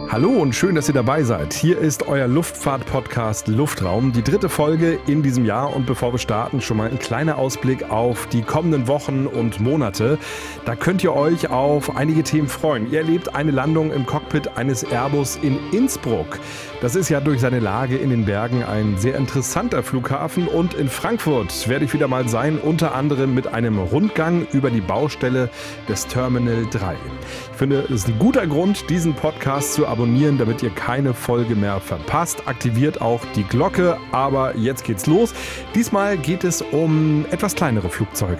Hallo und schön, dass ihr dabei seid. Hier ist euer Luftfahrt-Podcast Luftraum, die 3. Folge in diesem Jahr. Und bevor wir starten, schon mal ein kleiner Ausblick auf die kommenden Wochen und Monate. Da könnt ihr euch auf einige Themen freuen. Ihr erlebt eine Landung im Cockpit eines Airbus in Innsbruck. Das ist ja durch seine Lage in den Bergen ein sehr interessanter Flughafen. Und in Frankfurt werde ich wieder mal sein, unter anderem mit einem Rundgang über die Baustelle des Terminal 3. Ich finde, es ist ein guter Grund, diesen Podcast zu abonnieren, damit ihr keine Folge mehr verpasst. Aktiviert auch die Glocke, aber jetzt geht's los. Diesmal geht es um etwas kleinere Flugzeuge.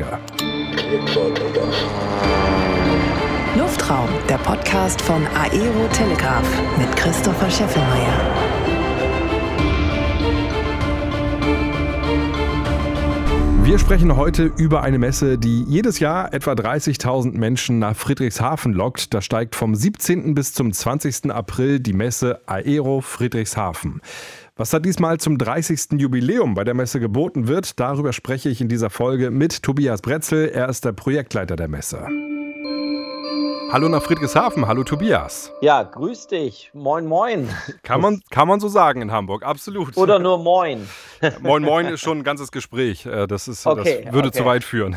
Luftraum, der Podcast von Aero Telegraph mit Christopher Scheffelmeier. Wir sprechen heute über eine Messe, die jedes Jahr etwa 30.000 Menschen nach Friedrichshafen lockt. Da steigt vom 17. bis zum 20. April die Messe Aero Friedrichshafen. Was da diesmal zum 30. Jubiläum bei der Messe geboten wird, darüber spreche ich in dieser Folge mit Tobias Bretzel. Er ist der Projektleiter der Messe. Hallo nach Friedrichshafen, hallo Tobias. Ja, grüß dich, moin moin. Kann man so sagen in Hamburg, absolut. Oder nur moin. Moin moin ist schon ein ganzes Gespräch, das würde okay. zu weit führen.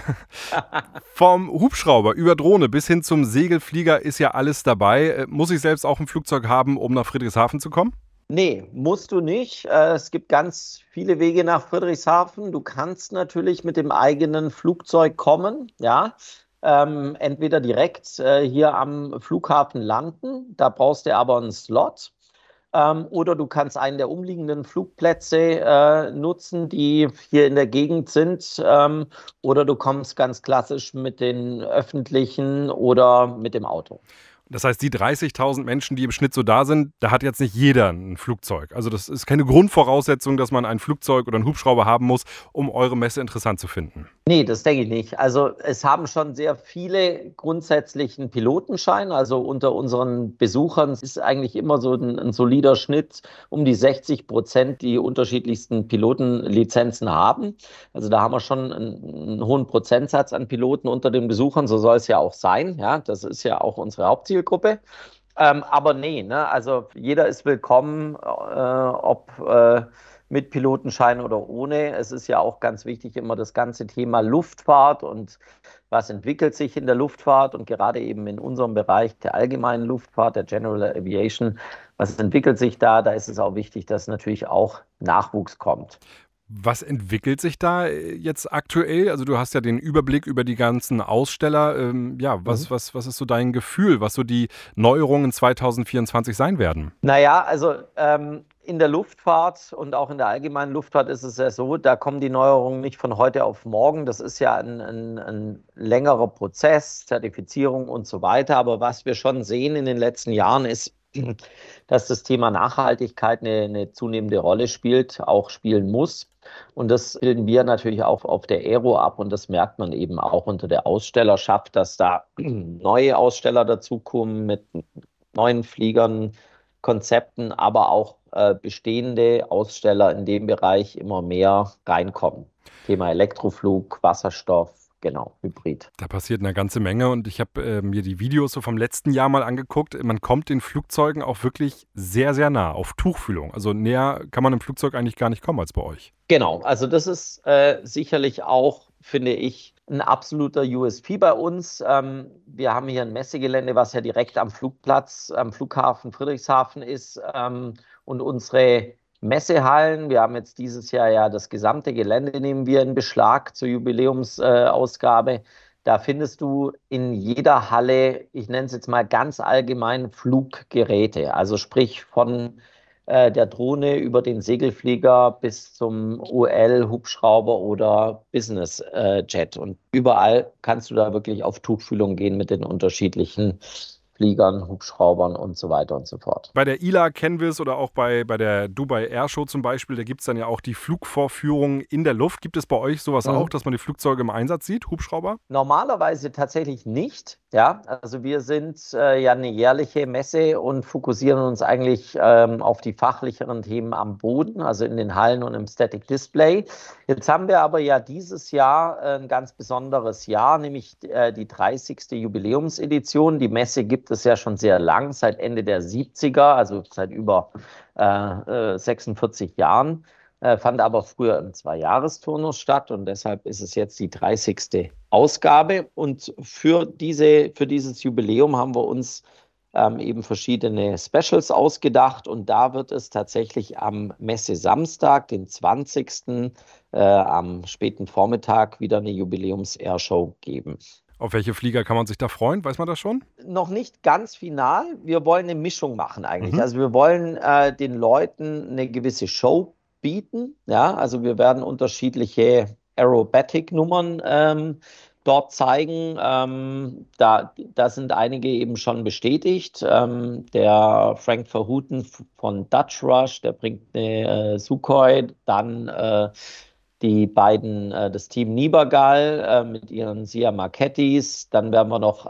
Vom Hubschrauber über Drohne bis hin zum Segelflieger ist ja alles dabei. Muss ich selbst auch ein Flugzeug haben, um nach Friedrichshafen zu kommen? Nee, musst du nicht. Es gibt ganz viele Wege nach Friedrichshafen. Du kannst natürlich mit dem eigenen Flugzeug kommen, ja. Entweder direkt hier am Flughafen landen, da brauchst du aber einen Slot, oder du kannst einen der umliegenden Flugplätze nutzen, die hier in der Gegend sind, oder du kommst ganz klassisch mit den öffentlichen oder mit dem Auto. Das heißt, die 30.000 Menschen, die im Schnitt so da sind, da hat jetzt nicht jeder ein Flugzeug. Also das ist keine Grundvoraussetzung, dass man ein Flugzeug oder einen Hubschrauber haben muss, um eure Messe interessant zu finden. Nee, das denke ich nicht. Also es haben schon sehr viele grundsätzlich einen Pilotenschein. Also unter unseren Besuchern ist eigentlich immer so ein solider Schnitt, um die 60%, die unterschiedlichsten Pilotenlizenzen haben. Also da haben wir schon einen hohen Prozentsatz an Piloten unter den Besuchern. So soll es ja auch sein. Ja, das ist ja auch unsere Hauptzielgruppe. Aber nee, ne? Also jeder ist willkommen, ob mit Pilotenschein oder ohne. Es ist ja auch ganz wichtig immer das ganze Thema Luftfahrt und was entwickelt sich in der Luftfahrt und gerade eben in unserem Bereich der allgemeinen Luftfahrt, der General Aviation, was entwickelt sich da? Da ist es auch wichtig, dass natürlich auch Nachwuchs kommt. Was entwickelt sich da jetzt aktuell? Also du hast ja den Überblick über die ganzen Aussteller. Was ist so dein Gefühl, was so die Neuerungen 2024 sein werden? Naja, also in der Luftfahrt und auch in der allgemeinen Luftfahrt ist es ja so, da kommen die Neuerungen nicht von heute auf morgen. Das ist ja ein längerer Prozess, Zertifizierung und so weiter. Aber was wir schon sehen in den letzten Jahren ist, dass das Thema Nachhaltigkeit eine zunehmende Rolle spielt, auch spielen muss. Und das bilden wir natürlich auch auf der Aero ab und das merkt man eben auch unter der Ausstellerschaft, dass da neue Aussteller dazukommen mit neuen Fliegern, Konzepten, aber auch bestehende Aussteller in dem Bereich immer mehr reinkommen. Thema Elektroflug, Wasserstoff. Genau, Hybrid. Da passiert eine ganze Menge und ich habe mir die Videos so vom letzten Jahr mal angeguckt. Man kommt den Flugzeugen auch wirklich sehr, sehr nah, auf Tuchfühlung. Also näher kann man im Flugzeug eigentlich gar nicht kommen als bei euch. Genau, also das ist sicherlich auch, finde ich, ein absoluter USP bei uns. Wir haben hier ein Messegelände, was ja direkt am Flugplatz, am Flughafen Friedrichshafen ist und unsere Messehallen. Wir haben jetzt dieses Jahr ja das gesamte Gelände nehmen wir in Beschlag zur Jubiläumsausgabe. Da findest du in jeder Halle, ich nenne es jetzt mal ganz allgemein, Fluggeräte. Also sprich von der Drohne über den Segelflieger bis zum UL-Hubschrauber oder Business-Jet. Und überall kannst du da wirklich auf Tuchfühlung gehen mit den unterschiedlichen Fliegern, Hubschraubern und so weiter und so fort. Bei der ILA kennen wir es oder auch bei der Dubai Air Show zum Beispiel, da gibt es dann ja auch die Flugvorführung in der Luft. Gibt es bei euch sowas auch, dass man die Flugzeuge im Einsatz sieht, Hubschrauber? Normalerweise tatsächlich nicht. Ja, also wir sind ja eine jährliche Messe und fokussieren uns eigentlich auf die fachlicheren Themen am Boden, also in den Hallen und im Static Display. Jetzt haben wir aber ja dieses Jahr ein ganz besonderes Jahr, nämlich die 30. Jubiläumsedition. Die Messe gibt gibt es ja schon sehr lang, seit Ende der 70er, also seit über 46 Jahren. Fand aber früher im Zwei-Jahres-Turnus statt und deshalb ist es jetzt die 30. Ausgabe. Und für dieses Jubiläum haben wir uns eben verschiedene Specials ausgedacht und da wird es tatsächlich am Messe-Samstag, den 20. Am späten Vormittag wieder eine Jubiläums-Airshow geben. Auf welche Flieger kann man sich da freuen? Weiß man das schon? Noch nicht ganz final. Wir wollen eine Mischung machen eigentlich. Also wir wollen den Leuten eine gewisse Show bieten. Ja, also wir werden unterschiedliche Aerobatic-Nummern dort zeigen. Da sind einige eben schon bestätigt. Der Frank Verhoeven von Dutch Rush, der bringt eine Sukhoi, dann die beiden, das Team Nibergal mit ihren Sia Marchettis. Dann werden wir noch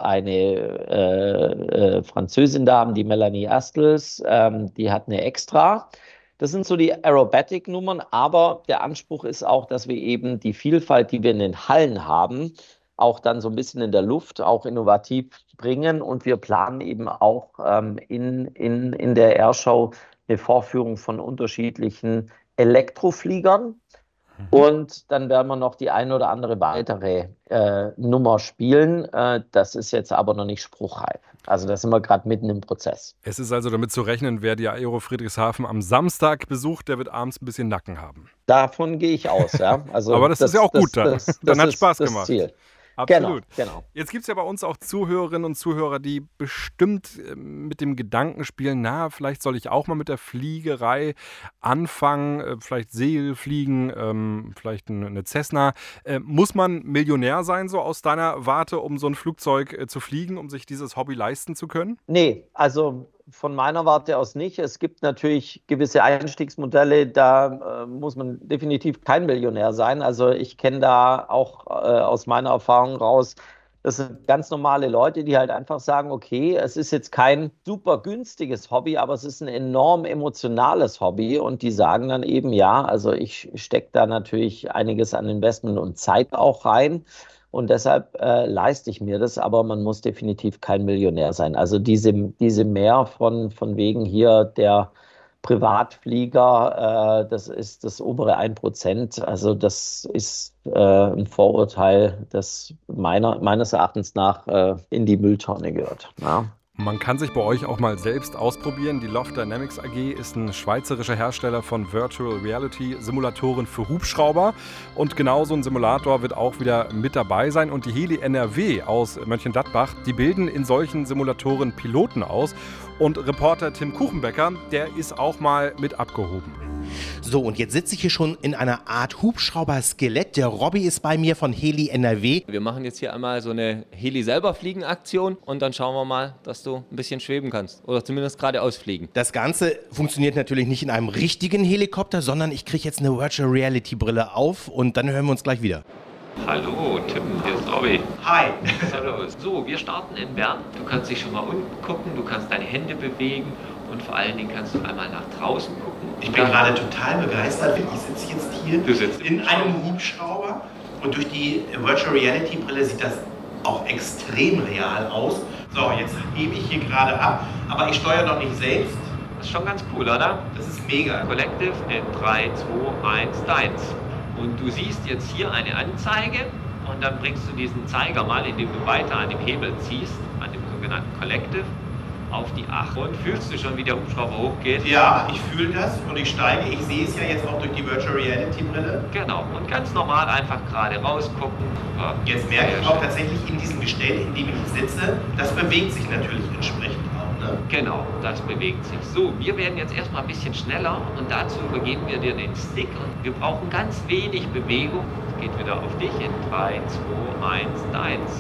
eine Französin da haben, die Melanie Astles. Die hat eine Extra. Das sind so die Aerobatic-Nummern, aber der Anspruch ist auch, dass wir eben die Vielfalt, die wir in den Hallen haben, auch dann so ein bisschen in der Luft, auch innovativ bringen. Und wir planen eben auch in der Airshow eine Vorführung von unterschiedlichen Elektrofliegern. Und dann werden wir noch die ein oder andere weitere Nummer spielen. Das ist jetzt aber noch nicht spruchreif. Also da sind wir gerade mitten im Prozess. Es ist also damit zu rechnen, wer die Aero Friedrichshafen am Samstag besucht, der wird abends ein bisschen Nacken haben. Davon gehe ich aus, ja. Also aber das ist ja auch gut dann. Dann hat es Spaß gemacht. Ziel. Absolut. Genau. Jetzt gibt es ja bei uns auch Zuhörerinnen und Zuhörer, die bestimmt mit dem Gedanken spielen, vielleicht soll ich auch mal mit der Fliegerei anfangen, vielleicht Segelfliegen, vielleicht eine Cessna. Muss man Millionär sein, so aus deiner Warte, um so ein Flugzeug zu fliegen, um sich dieses Hobby leisten zu können? Nee, also von meiner Warte aus nicht. Es gibt natürlich gewisse Einstiegsmodelle, da muss man definitiv kein Millionär sein. Also ich kenne da auch aus meiner Erfahrung raus, das sind ganz normale Leute, die halt einfach sagen, okay, es ist jetzt kein super günstiges Hobby, aber es ist ein enorm emotionales Hobby und die sagen dann eben, ja, also ich stecke da natürlich einiges an Investment und Zeit auch rein. Und deshalb leiste ich mir das, aber man muss definitiv kein Millionär sein. Also diese mehr von wegen hier der Privatflieger, das ist das obere 1%. Also das ist ein Vorurteil, das meines Erachtens nach in die Mülltonne gehört. Ja. Man kann sich bei euch auch mal selbst ausprobieren. Die Loft Dynamics AG ist ein schweizerischer Hersteller von Virtual Reality Simulatoren für Hubschrauber. Und genau so ein Simulator wird auch wieder mit dabei sein. Und die Heli NRW aus Mönchengladbach, die bilden in solchen Simulatoren Piloten aus. Und Reporter Tim Kuchenbecker, der ist auch mal mit abgehoben. So, und jetzt sitze ich hier schon in einer Art Hubschrauber-Skelett. Der Robby ist bei mir von Heli NRW. Wir machen jetzt hier einmal so eine Heli-selber-Fliegen-Aktion und dann schauen wir mal, dass du ein bisschen schweben kannst oder zumindest geradeaus fliegen. Das Ganze funktioniert natürlich nicht in einem richtigen Helikopter, sondern ich kriege jetzt eine Virtual-Reality-Brille auf und dann hören wir uns gleich wieder. Hallo, Tim, hier ist Robby. Hi. Hallo. So, wir starten in Bern. Du kannst dich schon mal unten gucken, du kannst deine Hände bewegen und vor allen Dingen kannst du einmal nach draußen gucken. Ich bin gerade total begeistert. Ich sitze jetzt hier in einem Hubschrauber und durch die Virtual Reality Brille sieht das auch extrem real aus. So, jetzt hebe ich hier gerade ab, aber ich steuere noch nicht selbst. Das ist schon ganz cool, oder? Das ist mega. Collective in 3, 2, 1, deins. Und du siehst jetzt hier eine Anzeige und dann bringst du diesen Zeiger mal, indem du weiter an dem Hebel ziehst, an dem sogenannten Collective, auf die 8. Und fühlst du schon, wie der Hubschrauber hochgeht? Ja, ich fühle das und ich steige. Ich sehe es ja jetzt auch durch die Virtual Reality Brille. Genau. Und ganz normal einfach gerade rausgucken. Ja, jetzt merke ich auch tatsächlich in diesem Gestell, in dem ich sitze, das bewegt sich natürlich entsprechend auch, ne? Genau, das bewegt sich. So, wir werden jetzt erstmal ein bisschen schneller und dazu übergeben wir dir den Stick und wir brauchen ganz wenig Bewegung. Es geht wieder auf dich in 3, 2, 1, deins.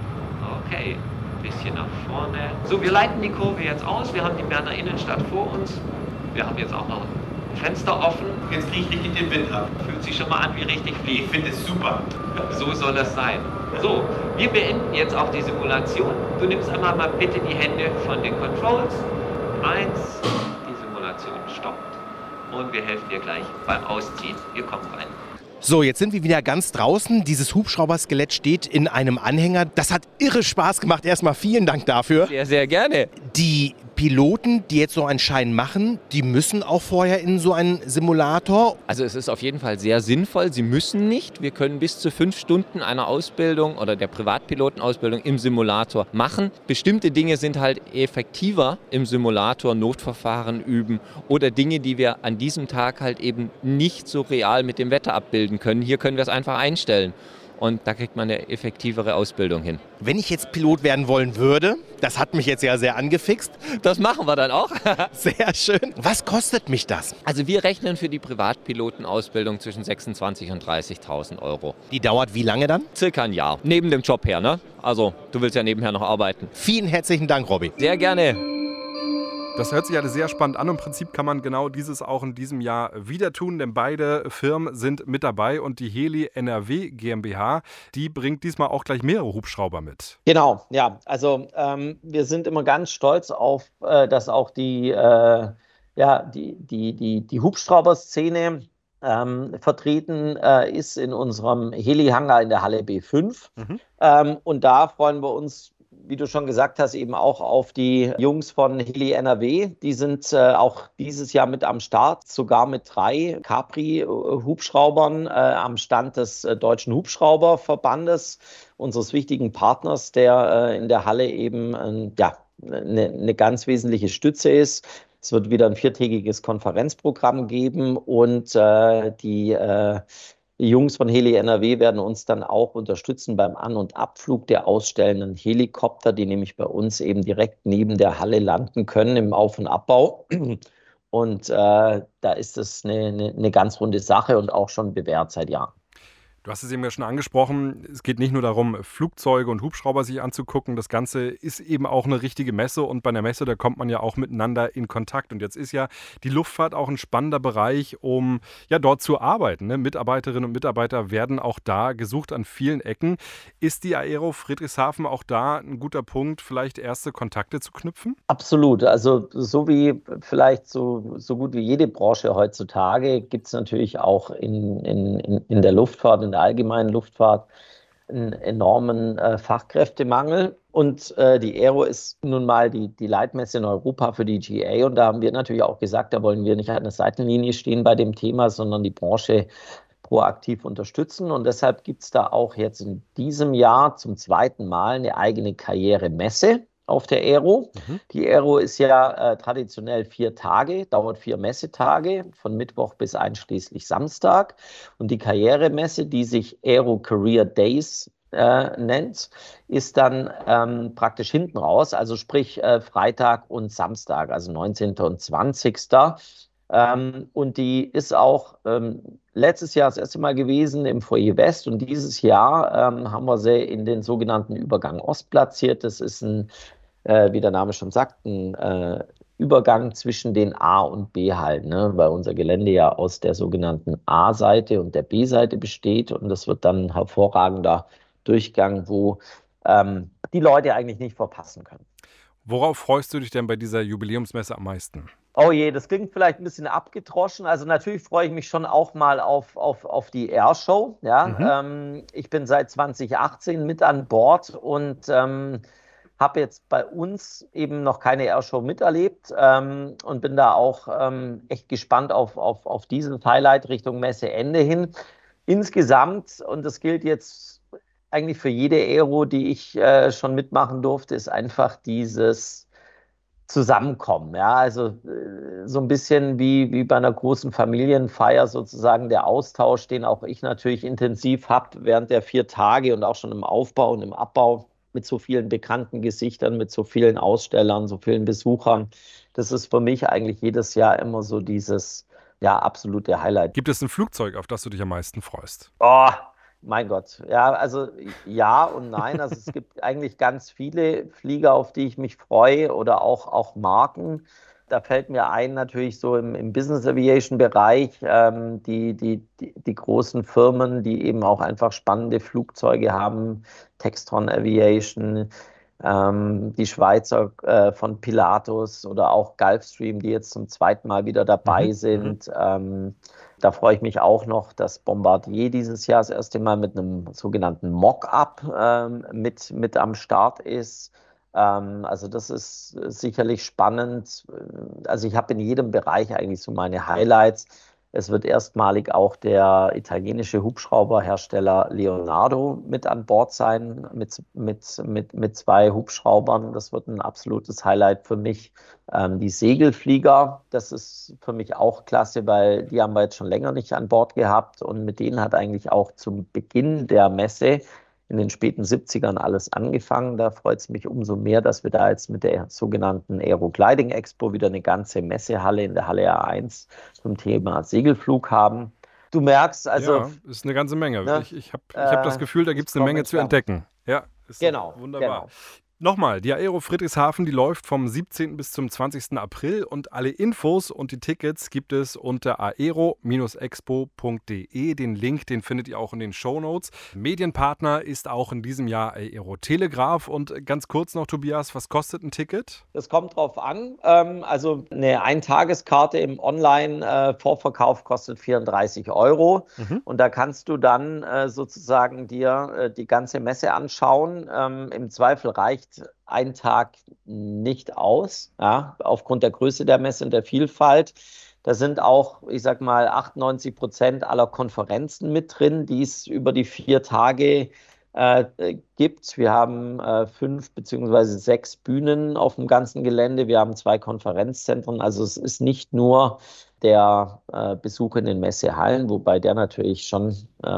Okay. Bisschen nach vorne. So, wir leiten die Kurve jetzt aus. Wir haben die Berner Innenstadt vor uns. Wir haben jetzt auch noch ein Fenster offen. Jetzt kriege ich richtig den Wind ab. Fühlt sich schon mal an wie richtig fliegen. Ich finde es super. So soll es sein. So, wir beenden jetzt auch die Simulation. Du nimmst einmal mal bitte die Hände von den Controls. 1, die Simulation stoppt. Und wir helfen dir gleich beim Ausziehen. Wir kommen rein. So, jetzt sind wir wieder ganz draußen. Dieses Hubschrauber-Skelett steht in einem Anhänger. Das hat irre Spaß gemacht. Erstmal vielen Dank dafür. Sehr, sehr gerne. Die Piloten, die jetzt so einen Schein machen, die müssen auch vorher in so einen Simulator. Also es ist auf jeden Fall sehr sinnvoll. Sie müssen nicht. Wir können bis zu 5 Stunden einer Ausbildung oder der Privatpilotenausbildung im Simulator machen. Bestimmte Dinge sind halt effektiver im Simulator, Notverfahren üben oder Dinge, die wir an diesem Tag halt eben nicht so real mit dem Wetter abbilden können. Hier können wir es einfach einstellen. Und da kriegt man eine effektivere Ausbildung hin. Wenn ich jetzt Pilot werden wollen würde, das hat mich jetzt ja sehr angefixt. Das machen wir dann auch. Sehr schön. Was kostet mich das? Also wir rechnen für die Privatpilotenausbildung zwischen 26.000 und 30.000 Euro. Die dauert wie lange dann? Circa ein Jahr. Neben dem Job her, ne? Also du willst ja nebenher noch arbeiten. Vielen herzlichen Dank, Robby. Sehr gerne. Das hört sich alles sehr spannend an. Im Prinzip kann man genau dieses auch in diesem Jahr wieder tun, denn beide Firmen sind mit dabei und die Heli NRW GmbH, die bringt diesmal auch gleich mehrere Hubschrauber mit. Genau, ja. Also wir sind immer ganz stolz auf, dass auch die Hubschrauberszene vertreten ist in unserem Heli-Hangar in der Halle B5. Und da freuen wir uns, wie du schon gesagt hast, eben auch auf die Jungs von Heli NRW. Die sind auch dieses Jahr mit am Start, sogar mit 3 Capri-Hubschraubern am Stand des Deutschen Hubschrauberverbandes, unseres wichtigen Partners, der in der Halle eben eine ganz wesentliche Stütze ist. Es wird wieder ein 4-tägiges Konferenzprogramm geben und die Jungs von Heli NRW werden uns dann auch unterstützen beim An- und Abflug der ausstellenden Helikopter, die nämlich bei uns eben direkt neben der Halle landen können im Auf- und Abbau. Und da ist es eine ganz runde Sache und auch schon bewährt seit Jahren. Du hast es eben ja schon angesprochen, es geht nicht nur darum, Flugzeuge und Hubschrauber sich anzugucken. Das Ganze ist eben auch eine richtige Messe und bei einer Messe, da kommt man ja auch miteinander in Kontakt. Und jetzt ist ja die Luftfahrt auch ein spannender Bereich, um ja dort zu arbeiten. Ne? Mitarbeiterinnen und Mitarbeiter werden auch da gesucht an vielen Ecken. Ist die Aero Friedrichshafen auch da ein guter Punkt, vielleicht erste Kontakte zu knüpfen? Absolut. Also so wie vielleicht so gut wie jede Branche heutzutage gibt es natürlich auch in der Luftfahrt, in der allgemeinen Luftfahrt einen enormen Fachkräftemangel. Und die Aero ist nun mal die Leitmesse in Europa für die GA. Und da haben wir natürlich auch gesagt, da wollen wir nicht an der Seitenlinie stehen bei dem Thema, sondern die Branche proaktiv unterstützen. Und deshalb gibt es da auch jetzt in diesem Jahr zum 2. Mal eine eigene Karrieremesse auf der Aero. Die Aero ist ja traditionell 4 Tage, dauert 4 Messetage, von Mittwoch bis einschließlich Samstag. Und die Karrieremesse, die sich Aero Career Days nennt, ist dann praktisch hinten raus, also sprich Freitag und Samstag, also 19. und 20. Und die ist auch letztes Jahr das erste Mal gewesen im Foyer West und dieses Jahr haben wir sie in den sogenannten Übergang Ost platziert. Das ist ein, wie der Name schon sagt, ein Übergang zwischen den A- und B-Hallen, ne? Weil unser Gelände ja aus der sogenannten A-Seite und der B-Seite besteht und das wird dann ein hervorragender Durchgang, wo die Leute eigentlich nicht verpassen können. Worauf freust du dich denn bei dieser Jubiläumsmesse am meisten? Oh je, das klingt vielleicht ein bisschen abgedroschen. Also natürlich freue ich mich schon auch mal auf die Airshow. Ja? Ich bin seit 2018 mit an Bord und habe jetzt bei uns eben noch keine Airshow miterlebt und bin da auch echt gespannt auf dieses Highlight Richtung Messeende hin. Insgesamt, und das gilt jetzt eigentlich für jede Aero, die ich schon mitmachen durfte, ist einfach dieses Zusammenkommen. Ja? Also so ein bisschen wie bei einer großen Familienfeier sozusagen der Austausch, den auch ich natürlich intensiv habe während der 4 Tage und auch schon im Aufbau und im Abbau mit so vielen bekannten Gesichtern, mit so vielen Ausstellern, so vielen Besuchern. Das ist für mich eigentlich jedes Jahr immer so dieses absolute Highlight. Gibt es ein Flugzeug, auf das du dich am meisten freust? Oh, mein Gott. Ja, also ja und nein. Also es gibt eigentlich ganz viele Flieger, auf die ich mich freue oder auch Marken. Da fällt mir ein, natürlich so im Business Aviation Bereich, die großen Firmen, die eben auch einfach spannende Flugzeuge haben, Textron Aviation, die Schweizer von Pilatus oder auch Gulfstream, die jetzt zum 2. Mal wieder dabei sind. Da freue ich mich auch noch, dass Bombardier dieses Jahr das erste Mal mit einem sogenannten Mock-up mit am Start ist. Also das ist sicherlich spannend. Also ich habe in jedem Bereich eigentlich so meine Highlights. Es wird erstmalig auch der italienische Hubschrauberhersteller Leonardo mit an Bord sein, mit 2 Hubschraubern. Das wird ein absolutes Highlight für mich. Die Segelflieger, das ist für mich auch klasse, weil die haben wir jetzt schon länger nicht an Bord gehabt. Und mit denen hat eigentlich auch zum Beginn der Messe in den späten 70ern alles angefangen. Da freut es mich umso mehr, dass wir da jetzt mit der sogenannten Aerogliding Expo wieder eine ganze Messehalle in der Halle A1 zum Thema Segelflug haben. Du merkst, also... Ja, ist eine ganze Menge. Ne? Ich hab das Gefühl, da gibt es eine Menge zu entdecken. Ja, ist wunderbar. Genau. Nochmal, die Aero Friedrichshafen, die läuft vom 17. bis zum 20. April und alle Infos und die Tickets gibt es unter aero-expo.de. Den Link, den findet ihr auch in den Shownotes. Medienpartner ist auch in diesem Jahr Aero Telegraph. Und ganz kurz noch, Tobias, was kostet ein Ticket? Das kommt drauf an. Also eine Eintageskarte im Online-Vorverkauf kostet 34 €. Und da kannst du dann sozusagen dir die ganze Messe anschauen. Im Zweifel reicht ein Tag nicht aus, ja, aufgrund der Größe der Messe und der Vielfalt. Da sind auch, ich sag mal, 98% aller Konferenzen mit drin, die es über die 4 Tage gibt. Wir haben 5 bzw. 6 Bühnen auf dem ganzen Gelände. Wir haben 2 Konferenzzentren. Also es ist nicht nur der Besuch in den Messehallen, wobei der natürlich schon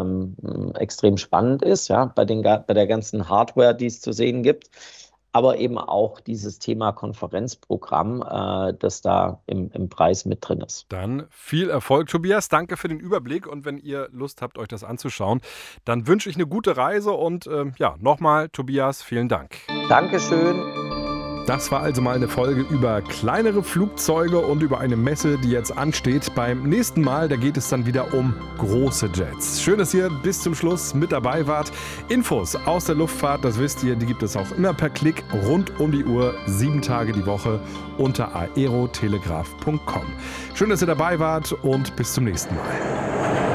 extrem spannend ist, ja, bei der ganzen Hardware, die es zu sehen gibt. Aber eben auch dieses Thema Konferenzprogramm, das da im Preis mit drin ist. Dann viel Erfolg, Tobias. Danke für den Überblick. Und wenn ihr Lust habt, euch das anzuschauen, dann wünsche ich eine gute Reise. Und nochmal, Tobias, vielen Dank. Dankeschön. Das war also mal eine Folge über kleinere Flugzeuge und über eine Messe, die jetzt ansteht. Beim nächsten Mal, da geht es dann wieder um große Jets. Schön, dass ihr bis zum Schluss mit dabei wart. Infos aus der Luftfahrt, das wisst ihr, die gibt es auch immer per Klick rund um die Uhr, 7 Tage die Woche unter aerotelegraph.com. Schön, dass ihr dabei wart und bis zum nächsten Mal.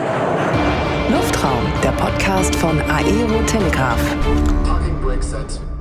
Luftraum, der Podcast von Aero Telegraph.